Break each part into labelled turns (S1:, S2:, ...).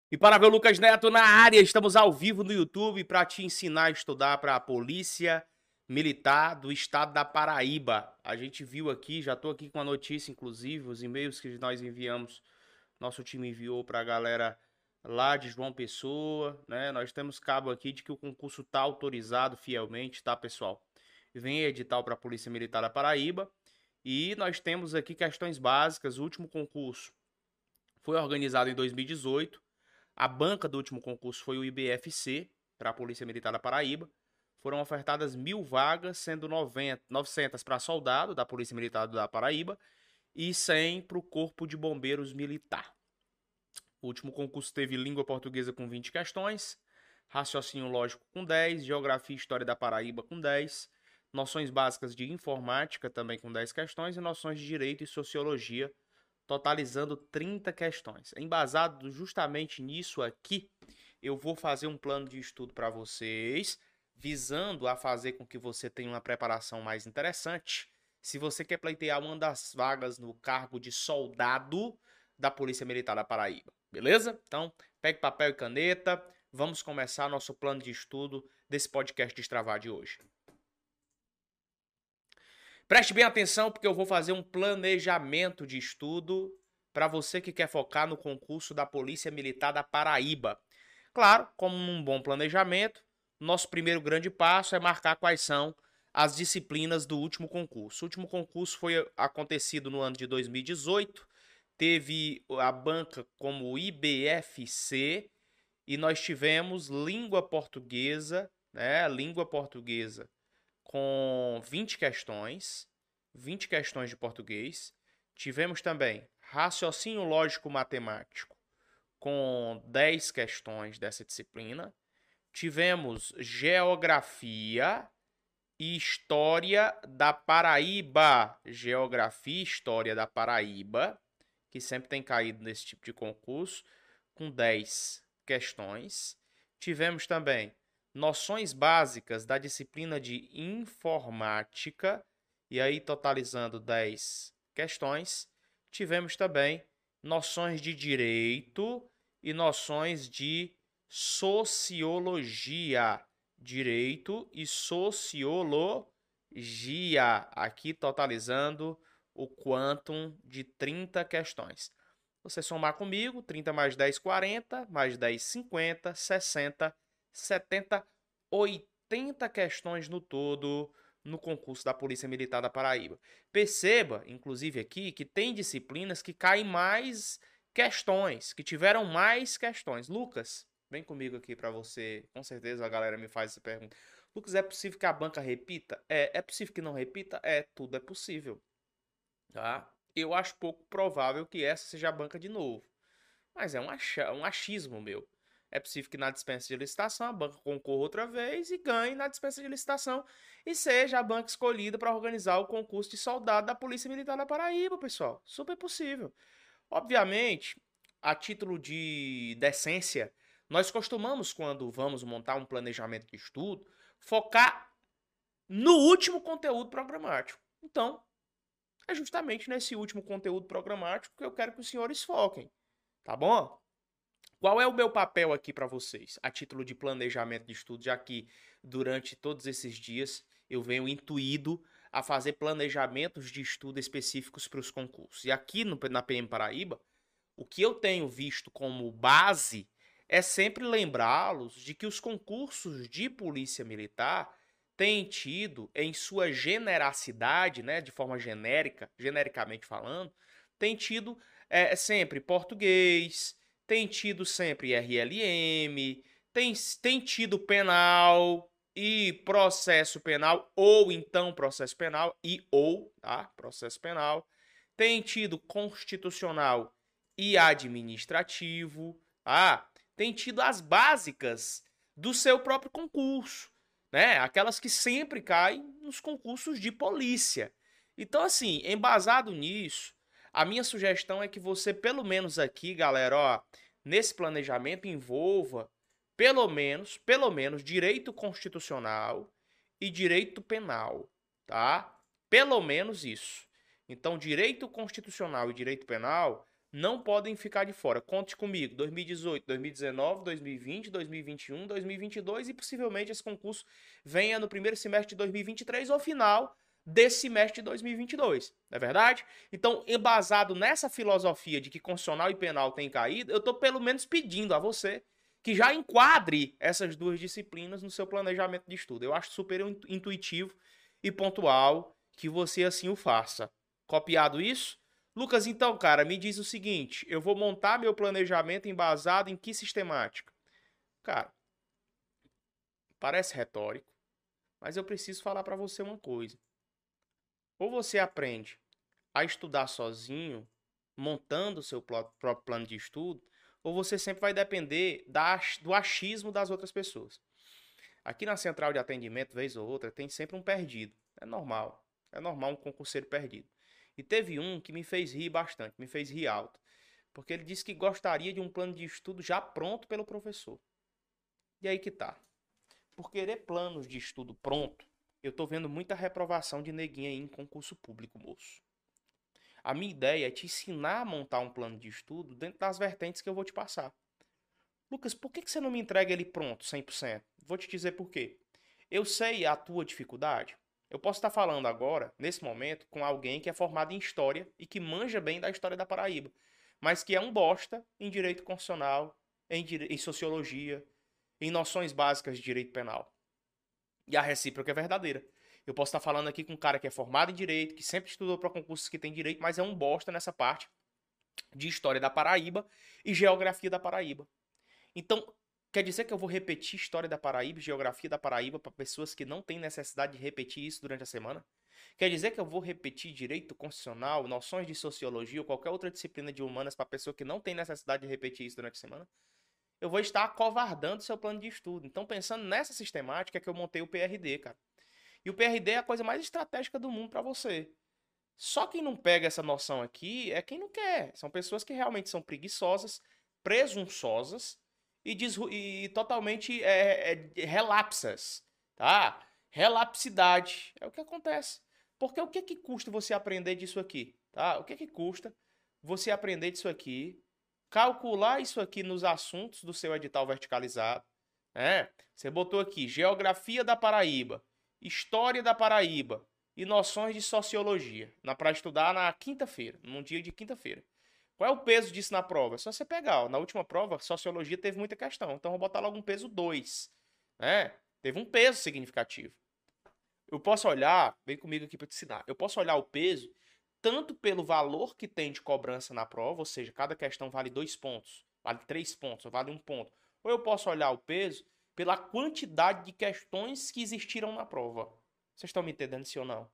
S1: E para ver o Lucas Neto na área, estamos ao vivo no YouTube para te ensinar a estudar para a Polícia Militar do Estado da Paraíba. A gente viu aqui, já estou aqui com a notícia, inclusive, os e-mails que nós enviamos, nosso time enviou para a galera lá de João Pessoa, né? Nós temos cabo aqui de que o concurso está autorizado fielmente, tá, pessoal? Vem edital para a Polícia Militar da Paraíba e nós temos aqui questões básicas. O último concurso foi organizado em 2018. A banca do último concurso foi o IBFC, para a Polícia Militar da Paraíba. Foram ofertadas 1.000 vagas, sendo 900 para soldado da Polícia Militar da Paraíba e 100 para o Corpo de Bombeiros Militar. O último concurso teve língua portuguesa com 20 questões, raciocínio lógico com 10, geografia e história da Paraíba com 10, noções básicas de informática também com 10 questões e noções de direito e sociologia totalizando 30 questões. Embasado justamente nisso aqui, eu vou fazer um plano de estudo para vocês, visando a fazer com que você tenha uma preparação mais interessante. Se você quer pleitear uma das vagas no cargo de soldado da Polícia Militar da Paraíba, beleza? Então, pegue papel e caneta, vamos começar nosso plano de estudo desse podcast Destravar de hoje. Preste bem atenção porque eu vou fazer um planejamento de estudo para você que quer focar no concurso da Polícia Militar da Paraíba. Claro, como um bom planejamento, nosso primeiro grande passo é marcar quais são as disciplinas do último concurso. O último concurso foi acontecido no ano de 2018, teve a banca como IBFC e nós tivemos língua portuguesa, né? Língua portuguesa com 20 questões de português. Tivemos também raciocínio lógico matemático com 10 questões dessa disciplina. Tivemos geografia e história da Paraíba. Geografia e história da Paraíba, que sempre tem caído nesse tipo de concurso, com 10 questões. Tivemos também noções básicas da disciplina de informática, e aí totalizando 10 questões. Tivemos também noções de direito e noções de sociologia. Direito e sociologia, aqui totalizando o quantum de 30 questões. Você somar comigo, 30 mais 10, 40, mais 10, 50, 60, 70, 80 questões no todo no concurso da Polícia Militar da Paraíba. Perceba, inclusive aqui, que tem disciplinas que caem mais questões, que tiveram mais questões. Lucas, vem comigo aqui para você, com certeza a galera me faz essa pergunta. Lucas, é possível que a banca repita? É possível que não repita? Tudo é possível, tá? Eu acho pouco provável que essa seja a banca de novo. Mas é um achismo meu. É possível que na dispensa de licitação a banca concorra outra vez e ganhe na dispensa de licitação e seja a banca escolhida para organizar o concurso de soldado da Polícia Militar da Paraíba, pessoal. Super possível. Obviamente, a título de decência, nós costumamos, quando vamos montar um planejamento de estudo, focar no último conteúdo programático. Então, é justamente nesse último conteúdo programático que eu quero que os senhores foquem, tá bom? Qual é o meu papel aqui para vocês, a título de planejamento de estudo, já que durante todos esses dias eu venho intuído a fazer planejamentos de estudo específicos para os concursos. E aqui na PM Paraíba, o que eu tenho visto como base é sempre lembrá-los de que os concursos de polícia militar têm tido, em sua generacidade, né, de forma genérica, genericamente falando, tem tido sempre português, tem tido sempre RLM, tem tido penal e processo penal, ou então processo penal, tá? Processo penal. Tem tido constitucional e administrativo. Tem tido as básicas do seu próprio concurso, né? Aquelas que sempre caem nos concursos de polícia. Então, assim, embasado nisso, a minha sugestão é que você, pelo menos aqui, galera, ó, nesse planejamento envolva pelo menos direito constitucional e direito penal, tá? Pelo menos isso. Então, direito constitucional e direito penal não podem ficar de fora. Conte comigo, 2018, 2019, 2020, 2021, 2022 e possivelmente esse concurso venha no primeiro semestre de 2023 ou final desse semestre de 2022, não é verdade? Então, embasado nessa filosofia de que constitucional e penal tem caído, eu estou pelo menos pedindo a você que já enquadre essas duas disciplinas no seu planejamento de estudo. Eu acho super intuitivo e pontual que você assim o faça. Copiado isso? Lucas, então, cara, me diz o seguinte, eu vou montar meu planejamento embasado em que sistemática? Cara, parece retórico, mas eu preciso falar para você uma coisa. Ou você aprende a estudar sozinho, montando o seu próprio plano de estudo, ou você sempre vai depender do achismo das outras pessoas. Aqui na central de atendimento, vez ou outra, tem sempre um perdido. É normal. É normal um concurseiro perdido. E teve um que me fez rir bastante, me fez rir alto. Porque ele disse que gostaria de um plano de estudo já pronto pelo professor. E aí que tá. Por querer planos de estudo pronto, eu tô vendo muita reprovação de neguinha aí em concurso público, moço. A minha ideia é te ensinar a montar um plano de estudo dentro das vertentes que eu vou te passar. Lucas, por que você não me entrega ele pronto, 100%? Vou te dizer por quê. Eu sei a tua dificuldade. Eu posso estar falando agora, nesse momento, com alguém que é formado em História e que manja bem da história da Paraíba, mas que é um bosta em Direito Constitucional, em Sociologia, em noções básicas de Direito Penal. E a recíproca é verdadeira. Eu posso estar falando aqui com um cara que é formado em Direito, que sempre estudou para concursos que tem Direito, mas é um bosta nessa parte de História da Paraíba e Geografia da Paraíba. Então, quer dizer que eu vou repetir História da Paraíba, Geografia da Paraíba para pessoas que não têm necessidade de repetir isso durante a semana? Quer dizer que eu vou repetir Direito Constitucional, noções de Sociologia ou qualquer outra disciplina de humanas para pessoa que não tem necessidade de repetir isso durante a semana? Eu vou estar acovardando seu plano de estudo. Então, pensando nessa sistemática, é que eu montei o PRD, cara. E o PRD é a coisa mais estratégica do mundo para você. Só quem não pega essa noção aqui é quem não quer. São pessoas que realmente são preguiçosas, presunçosas e totalmente relapsas, tá? Relapsidade é o que acontece. Porque o que que custa você aprender disso aqui, tá? O que que custa você aprender disso aqui, calcular isso aqui nos assuntos do seu edital verticalizado, né? Você botou aqui Geografia da Paraíba, História da Paraíba e noções de Sociologia, para estudar na quinta-feira, num dia de quinta-feira. Qual é o peso disso na prova? É só você pegar. Ó. Na última prova, Sociologia teve muita questão. Então, vou botar logo um peso 2. Né? Teve um peso significativo. Eu posso olhar, vem comigo aqui para te ensinar. Eu posso olhar o peso tanto pelo valor que tem de cobrança na prova, ou seja, cada questão vale 2 pontos, vale 3 pontos, vale 1 ponto. Ou eu posso olhar o peso pela quantidade de questões que existiram na prova. Vocês estão me entendendo, sim ou não?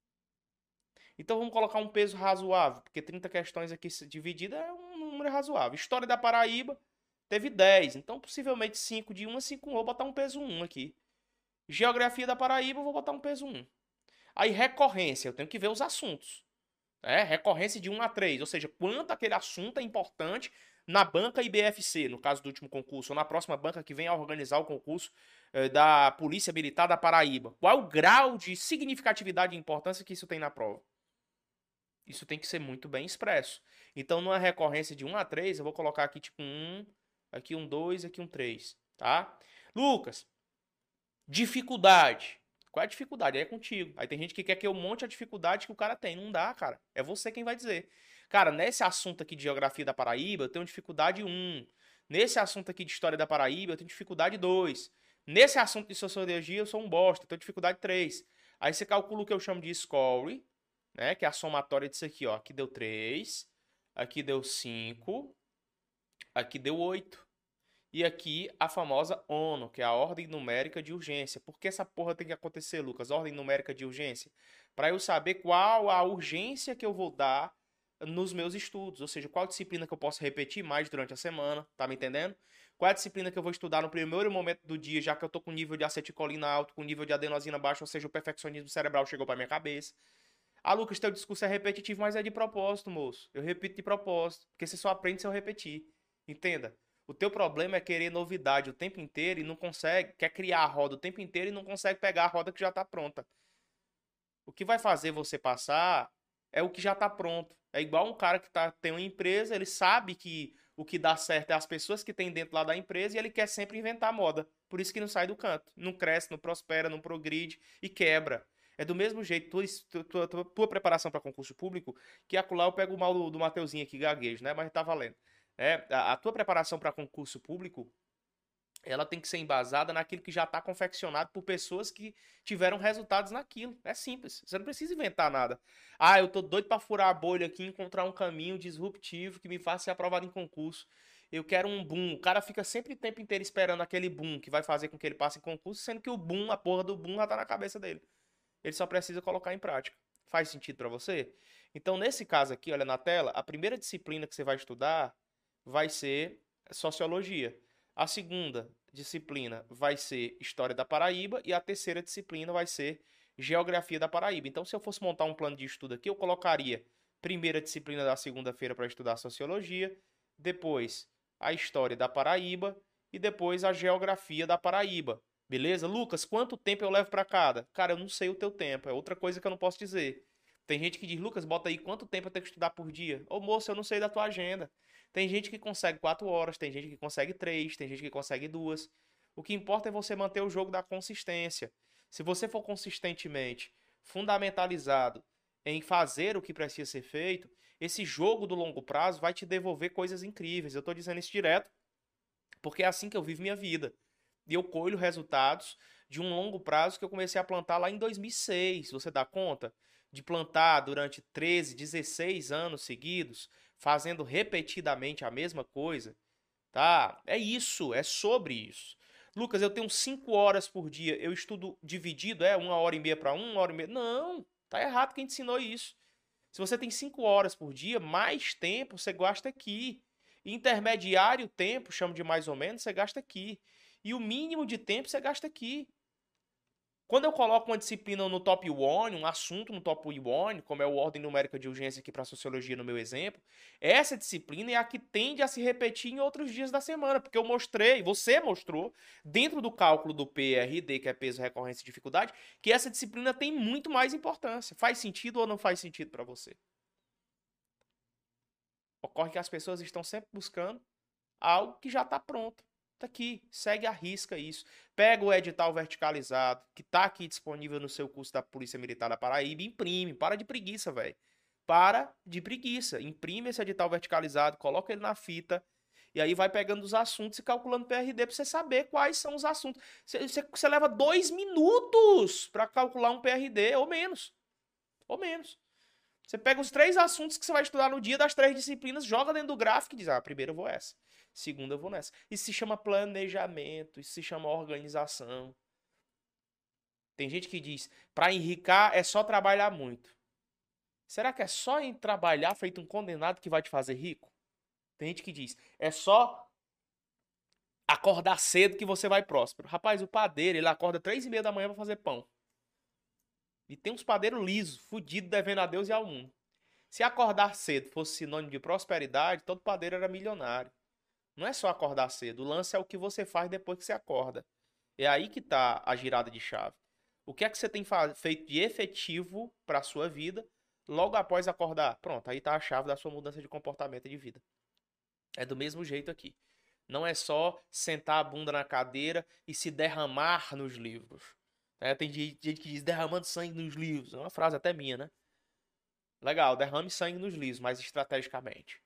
S1: Então vamos colocar um peso razoável, porque 30 questões aqui divididas é um número razoável. História da Paraíba teve 10, então possivelmente 5 de 1 a 5 vou botar um peso 1 aqui. Geografia da Paraíba, vou botar um peso 1. Aí recorrência, eu tenho que ver os assuntos. Recorrência de 1 a 3, ou seja, quanto aquele assunto é importante na banca IBFC, no caso do último concurso, ou na próxima banca que vem a organizar o concurso da Polícia Militar da Paraíba. Qual é o grau de significatividade e importância que isso tem na prova? Isso tem que ser muito bem expresso. Então, numa recorrência de 1 a 3, eu vou colocar aqui tipo 1, aqui um 2, aqui um 3, tá? Lucas, dificuldade. Qual é a dificuldade? Aí é contigo. Aí tem gente que quer que eu monte a dificuldade que o cara tem. Não dá, cara. É você quem vai dizer. Cara, nesse assunto aqui de Geografia da Paraíba, eu tenho dificuldade 1. Nesse assunto aqui de História da Paraíba, eu tenho dificuldade 2. Nesse assunto de Sociologia, eu sou um bosta, eu tenho dificuldade 3. Aí você calcula o que eu chamo de score, né? Que é a somatória disso aqui, ó. Aqui deu 3, aqui deu 5, aqui deu 8. E aqui a famosa ONU, que é a Ordem Numérica de Urgência. Por que essa porra tem que acontecer, Lucas? Ordem Numérica de Urgência? Para eu saber qual a urgência que eu vou dar nos meus estudos. Ou seja, qual disciplina que eu posso repetir mais durante a semana. Tá me entendendo? Qual é a disciplina que eu vou estudar no primeiro momento do dia, já que eu tô com nível de acetilcolina alto, com nível de adenosina baixo, ou seja, o perfeccionismo cerebral chegou para minha cabeça. Ah, Lucas, teu discurso é repetitivo, mas é de propósito, moço. Eu repito de propósito, porque você só aprende se eu repetir. Entenda? O teu problema é querer novidade o tempo inteiro e não consegue, quer criar a roda o tempo inteiro e não consegue pegar a roda que já está pronta. O que vai fazer você passar é o que já está pronto. É igual um cara que tem uma empresa, ele sabe que o que dá certo é as pessoas que tem dentro lá da empresa e ele quer sempre inventar moda. Por isso que não sai do canto. Não cresce, não prospera, não progride e quebra. É do mesmo jeito, tua preparação para concurso público, que acolá eu pego o mal do Mateuzinho aqui, gaguejo, né? Mas tá valendo. A tua preparação para concurso público, ela tem que ser embasada naquilo que já está confeccionado por pessoas que tiveram resultados naquilo. É simples. Você não precisa inventar nada. Ah, eu tô doido para furar a bolha aqui e encontrar um caminho disruptivo que me faça ser aprovado em concurso. Eu quero um boom. O cara fica sempre o tempo inteiro esperando aquele boom que vai fazer com que ele passe em concurso, sendo que o boom, a porra do boom já tá na cabeça dele. Ele só precisa colocar em prática. Faz sentido para você? Então, nesse caso aqui, olha na tela, a primeira disciplina que você vai estudar vai ser sociologia. A segunda disciplina vai ser História da Paraíba e a terceira disciplina vai ser Geografia da Paraíba. Então, se eu fosse montar um plano de estudo aqui, eu colocaria primeira disciplina da segunda-feira para estudar Sociologia, depois a História da Paraíba e depois a Geografia da Paraíba. Beleza? Lucas, quanto tempo eu levo para cada? Cara, eu não sei o teu tempo, é outra coisa que eu não posso dizer. Tem gente que diz, Lucas, bota aí quanto tempo eu tenho que estudar por dia. Ô moço, eu não sei da tua agenda. Tem gente que consegue 4 horas, tem gente que consegue 3, tem gente que consegue 2. O que importa é você manter o jogo da consistência. Se você for consistentemente fundamentalizado em fazer o que precisa ser feito, esse jogo do longo prazo vai te devolver coisas incríveis. Eu estou dizendo isso direto, porque é assim que eu vivo minha vida. E eu colho resultados de um longo prazo que eu comecei a plantar lá em 2006. Você dá conta? De plantar durante 13, 16 anos seguidos, fazendo repetidamente a mesma coisa, tá? É isso, é sobre isso. Lucas, eu tenho 5 horas por dia, eu estudo dividido, 1 hora e meia para 1 hora e meia. Não, tá errado quem te ensinou isso. Se você tem 5 horas por dia, mais tempo você gasta aqui. Intermediário tempo, chamo de mais ou menos, você gasta aqui. E o mínimo de tempo você gasta aqui. Quando eu coloco uma disciplina no top 1, um assunto no top 1, como é a ordem numérica de urgência aqui para a sociologia no meu exemplo, essa disciplina é a que tende a se repetir em outros dias da semana, porque eu mostrei, você mostrou, dentro do cálculo do PRD, que é peso, recorrência e dificuldade, que essa disciplina tem muito mais importância. Faz sentido ou não faz sentido para você? Ocorre que as pessoas estão sempre buscando algo que já está pronto. Tá aqui, segue a risca isso. Pega o edital verticalizado, que tá aqui disponível no seu curso da Polícia Militar da Paraíba, e imprime. Para de preguiça, velho. Para de preguiça. Imprime esse edital verticalizado, coloca ele na fita, e aí vai pegando os assuntos e calculando PRD para você saber quais são os assuntos. Você leva 2 minutos para calcular um PRD, ou menos. Ou menos. Você pega os 3 assuntos que você vai estudar no dia das 3 disciplinas, joga dentro do gráfico e diz: primeiro eu vou essa, segunda eu vou nessa. Isso se chama planejamento, isso se chama organização. Tem gente que diz: para enricar é só trabalhar muito. Será que é só em trabalhar feito um condenado que vai te fazer rico? Tem gente que diz: é só acordar cedo que você vai próspero. Rapaz, o padeiro, ele acorda 3h30 da manhã para fazer pão. E tem uns padeiros lisos, fudidos, devendo a Deus e ao mundo. Se acordar cedo fosse sinônimo de prosperidade, todo padeiro era milionário. Não é só acordar cedo, o lance é o que você faz depois que você acorda. É aí que está a girada de chave. O que é que você tem feito de efetivo para a sua vida logo após acordar? Pronto, aí está a chave da sua mudança de comportamento e de vida. É do mesmo jeito aqui. Não é só sentar a bunda na cadeira e se derramar nos livros. Tem gente que diz derramando sangue nos livros. É uma frase até minha, né? Legal, derrame sangue nos livros, mas estrategicamente,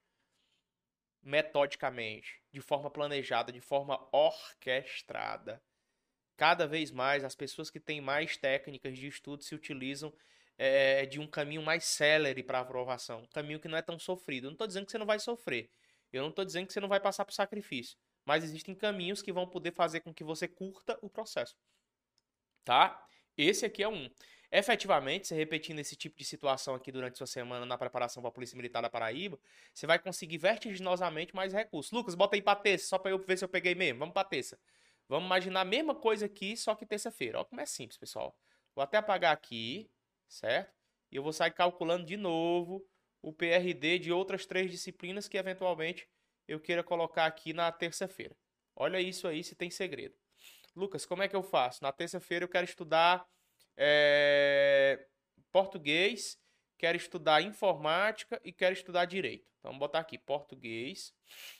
S1: metodicamente, de forma planejada, de forma orquestrada. Cada vez mais, as pessoas que têm mais técnicas de estudo se utilizam de um caminho mais célere para a aprovação. Um caminho que não é tão sofrido. Eu não estou dizendo que você não vai sofrer. Eu não estou dizendo que você não vai passar por sacrifício. Mas existem caminhos que vão poder fazer com que você curta o processo. Tá? Esse aqui é um. Efetivamente, você repetindo esse tipo de situação aqui durante sua semana na preparação para a Polícia Militar da Paraíba, você vai conseguir vertiginosamente mais recursos. Lucas, bota aí para terça, só para eu ver se eu peguei mesmo. Vamos para terça. Vamos imaginar a mesma coisa aqui, só que terça-feira. Olha como é simples, pessoal. Vou até apagar aqui, certo? E eu vou sair calculando de novo o PRD de outras 3 disciplinas que eventualmente eu queira colocar aqui na terça-feira. Olha isso aí se tem segredo. Lucas, como é que eu faço? Na terça-feira eu quero estudar português quero estudar informática e quero estudar direito. Então, vamos botar aqui português,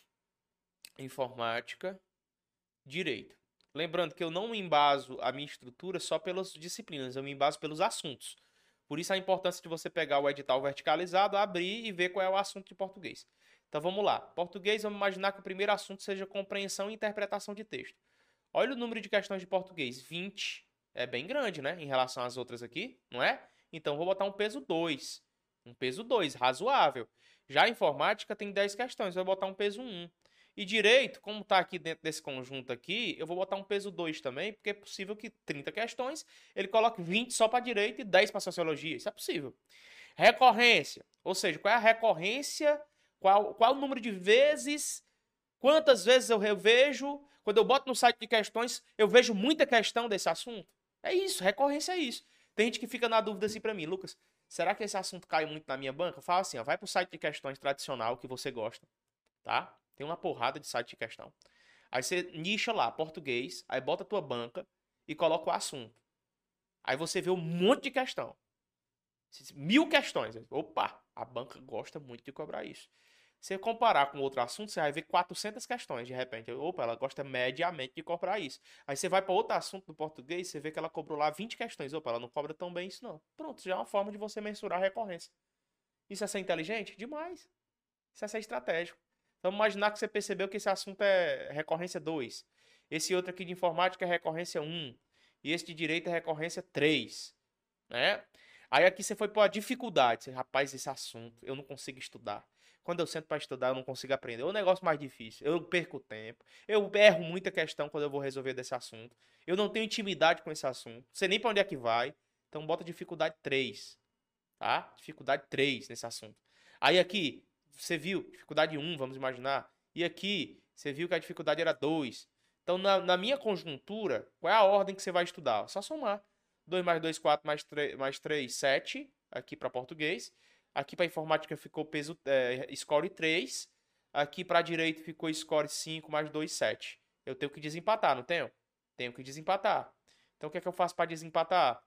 S1: informática, direito. Lembrando que eu não me embaso a minha estrutura só pelas disciplinas, eu me embaso pelos assuntos. Por isso a importância de você pegar o edital verticalizado, abrir e ver qual é o assunto de português. Então vamos lá. Português, vamos imaginar que o primeiro assunto seja compreensão e interpretação de texto. Olha o número de questões de português, 20. É bem grande, né? Em relação às outras aqui, não é? Então vou botar um peso 2. Um peso 2, razoável. Já a informática tem 10 questões, vou botar um peso 1. E direito, como está aqui dentro desse conjunto aqui, eu vou botar um peso 2 também, porque é possível que 30 questões, ele coloque 20 só para direito e 10 para sociologia. Isso é possível. Recorrência, ou seja, qual é a recorrência, qual o número de vezes, quantas vezes eu revejo, quando eu boto no site de questões, eu vejo muita questão desse assunto. É isso, recorrência é isso. Tem gente que fica na dúvida assim para mim, Lucas, será que esse assunto cai muito na minha banca? Eu falo assim, ó, vai pro site de questões tradicional que você gosta, tá? Tem uma porrada de site de questão. Aí você nicha lá, português, aí bota a tua banca e coloca o assunto. Aí você vê um monte de questão. 1000 questões. Opa, a banca gosta muito de cobrar isso. Se você comparar com outro assunto, você vai ver 400 questões de repente. Opa, ela gosta mediamente de cobrar isso. Aí você vai para outro assunto do português, você vê que ela cobrou lá 20 questões. Opa, ela não cobra tão bem isso não. Pronto, já é uma forma de você mensurar a recorrência. Isso é ser inteligente? Demais. Isso é ser estratégico. Então, imaginar que você percebeu que esse assunto é recorrência 2. Esse outro aqui de informática é recorrência 1. E esse de direito é recorrência 3. Né? Aí aqui você foi para a dificuldade. Você, rapaz, esse assunto eu não consigo estudar. Quando eu sento para estudar, eu não consigo aprender. É um negócio mais difícil. Eu perco tempo. Eu erro muita questão quando eu vou resolver desse assunto. Eu não tenho intimidade com esse assunto. Não sei nem para onde é que vai. Então, bota dificuldade 3. Tá? Dificuldade 3 nesse assunto. Aí aqui, você viu, dificuldade 1, vamos imaginar. E aqui, você viu que a dificuldade era 2. Então, na minha conjuntura, qual é a ordem que você vai estudar? Só somar. 2 mais 2, 4 mais 3, 7. Aqui para português. Aqui para informática ficou peso, score 3. Aqui para direito ficou score 5 mais 2, 7. Eu tenho que desempatar, não tenho? Tenho que desempatar. Então, o que é que eu faço para desempatar?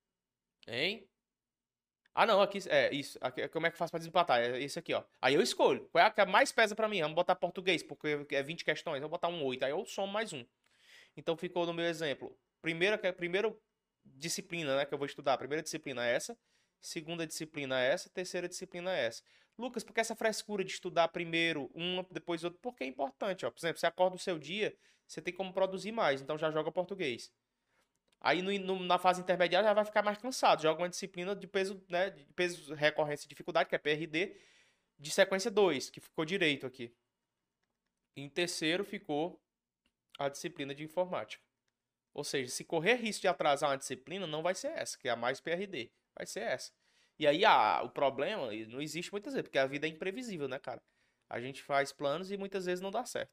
S1: Hein? Ah, não, aqui é isso. Aqui, como é que eu faço pra desempatar? É esse aqui, ó. Aí eu escolho. Qual é a que mais pesa pra mim? Vamos botar português, porque é 20 questões. Vou botar um 8. Aí eu somo mais um. Então ficou no meu exemplo. Primeira disciplina, né, que eu vou estudar. Primeira disciplina é essa. Segunda disciplina é essa. Terceira disciplina é essa. Lucas, por que essa frescura de estudar primeiro uma, depois outra? Porque é importante, ó. Por exemplo, você acorda o seu dia, você tem como produzir mais. Então já joga português. Aí na fase intermediária já vai ficar mais cansado. Joga uma disciplina de peso, né? De peso, recorrência e dificuldade, que é PRD, de sequência 2, que ficou direito aqui. Em terceiro ficou a disciplina de informática. Ou seja, se correr risco de atrasar uma disciplina, não vai ser essa, que é a mais PRD. Vai ser essa. E aí o problema não existe muitas vezes, porque a vida é imprevisível, né, cara? A gente faz planos e muitas vezes não dá certo.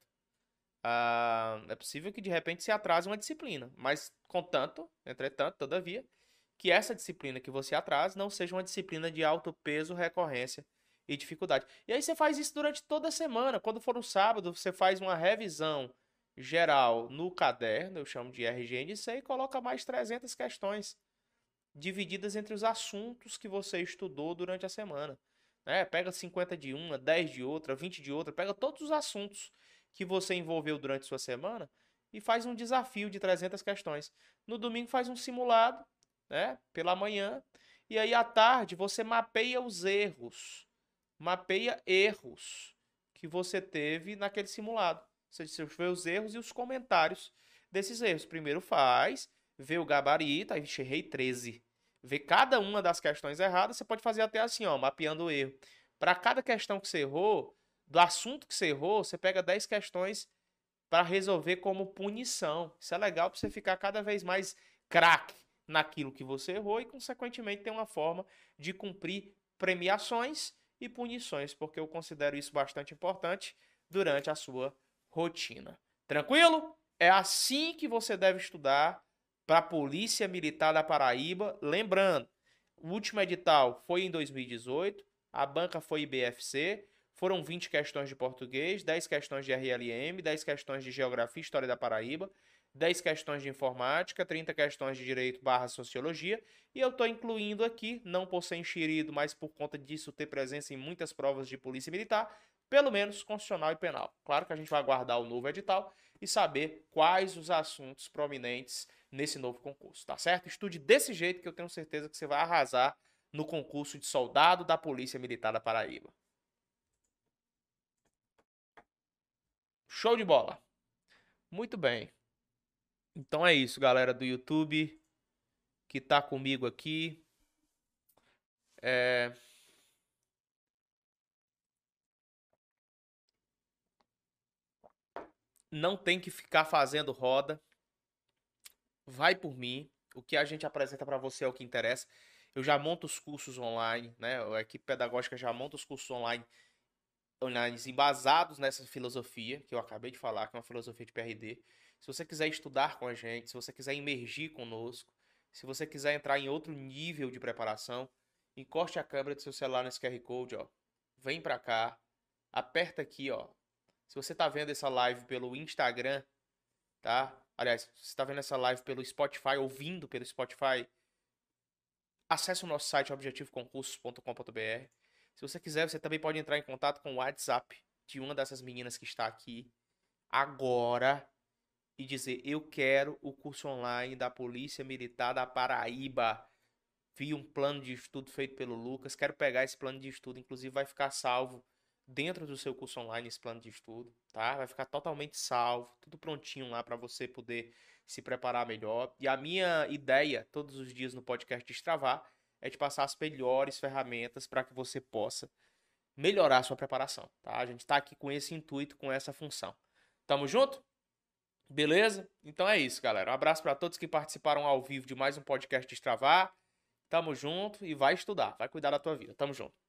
S1: É possível que de repente se atrase uma disciplina, mas contanto, entretanto, todavia, que essa disciplina que você atrase não seja uma disciplina de alto peso, recorrência e dificuldade. E aí você faz isso durante toda a semana. Quando for no sábado, você faz uma revisão geral no caderno, eu chamo de RGNC, e coloca mais 300 questões divididas entre os assuntos que você estudou durante a semana. Né? Pega 50 de uma, 10 de outra, 20 de outra, pega todos os assuntos que você envolveu durante sua semana e faz um desafio de 300 questões. No domingo faz um simulado, né, pela manhã, e aí à tarde você mapeia os erros. Mapeia erros que você teve naquele simulado. Você vê os erros e os comentários desses erros. Primeiro faz, vê o gabarito, aí errei 13. Vê cada uma das questões erradas, você pode fazer até assim, ó, mapeando o erro. Para cada questão que você errou, do assunto que você errou, você pega 10 questões para resolver como punição. Isso é legal para você ficar cada vez mais craque naquilo que você errou e, consequentemente, ter uma forma de cumprir premiações e punições, porque eu considero isso bastante importante durante a sua rotina. Tranquilo? É assim que você deve estudar para a Polícia Militar da Paraíba. Lembrando, o último edital foi em 2018, a banca foi IBFC, Foram 20 questões de português, 10 questões de RLM, 10 questões de geografia e história da Paraíba, 10 questões de informática, 30 questões de direito / sociologia, e eu estou incluindo aqui, não por ser enxerido, mas por conta disso ter presença em muitas provas de polícia militar, pelo menos constitucional e penal. Claro que a gente vai aguardar o novo edital e saber quais os assuntos prominentes nesse novo concurso, tá certo? Estude desse jeito que eu tenho certeza que você vai arrasar no concurso de soldado da Polícia Militar da Paraíba. Show de bola! Muito bem. Então é isso, galera do YouTube que tá comigo aqui. Não tem que ficar fazendo roda. Vai por mim. O que a gente apresenta para você é o que interessa. Eu já monto os cursos online, né? A equipe pedagógica já monta os cursos online embasados nessa filosofia que eu acabei de falar, que é uma filosofia de PRD. Se você quiser estudar com a gente, se você quiser imergir conosco, se você quiser entrar em outro nível de preparação, encoste a câmera do seu celular nesse QR Code, ó. Vem pra cá, aperta aqui, ó. Se você tá vendo essa live pelo Instagram, tá? Aliás, se você tá vendo essa live pelo Spotify, ouvindo pelo Spotify, acesse o nosso site objetivoconcursos.com.br. Se você quiser, você também pode entrar em contato com o WhatsApp de uma dessas meninas que está aqui agora e dizer: eu quero o curso online da Polícia Militar da Paraíba. Vi um plano de estudo feito pelo Lucas, quero pegar esse plano de estudo, inclusive vai ficar salvo dentro do seu curso online esse plano de estudo, tá? Vai ficar totalmente salvo, tudo prontinho lá para você poder se preparar melhor. E a minha ideia, todos os dias no podcast Destravar, é te passar as melhores ferramentas para que você possa melhorar a sua preparação, tá? A gente tá aqui com esse intuito, com essa função. Tamo junto? Beleza? Então é isso, galera. Um abraço para todos que participaram ao vivo de mais um podcast Destravar. Tamo junto e vai estudar, vai cuidar da tua vida. Tamo junto.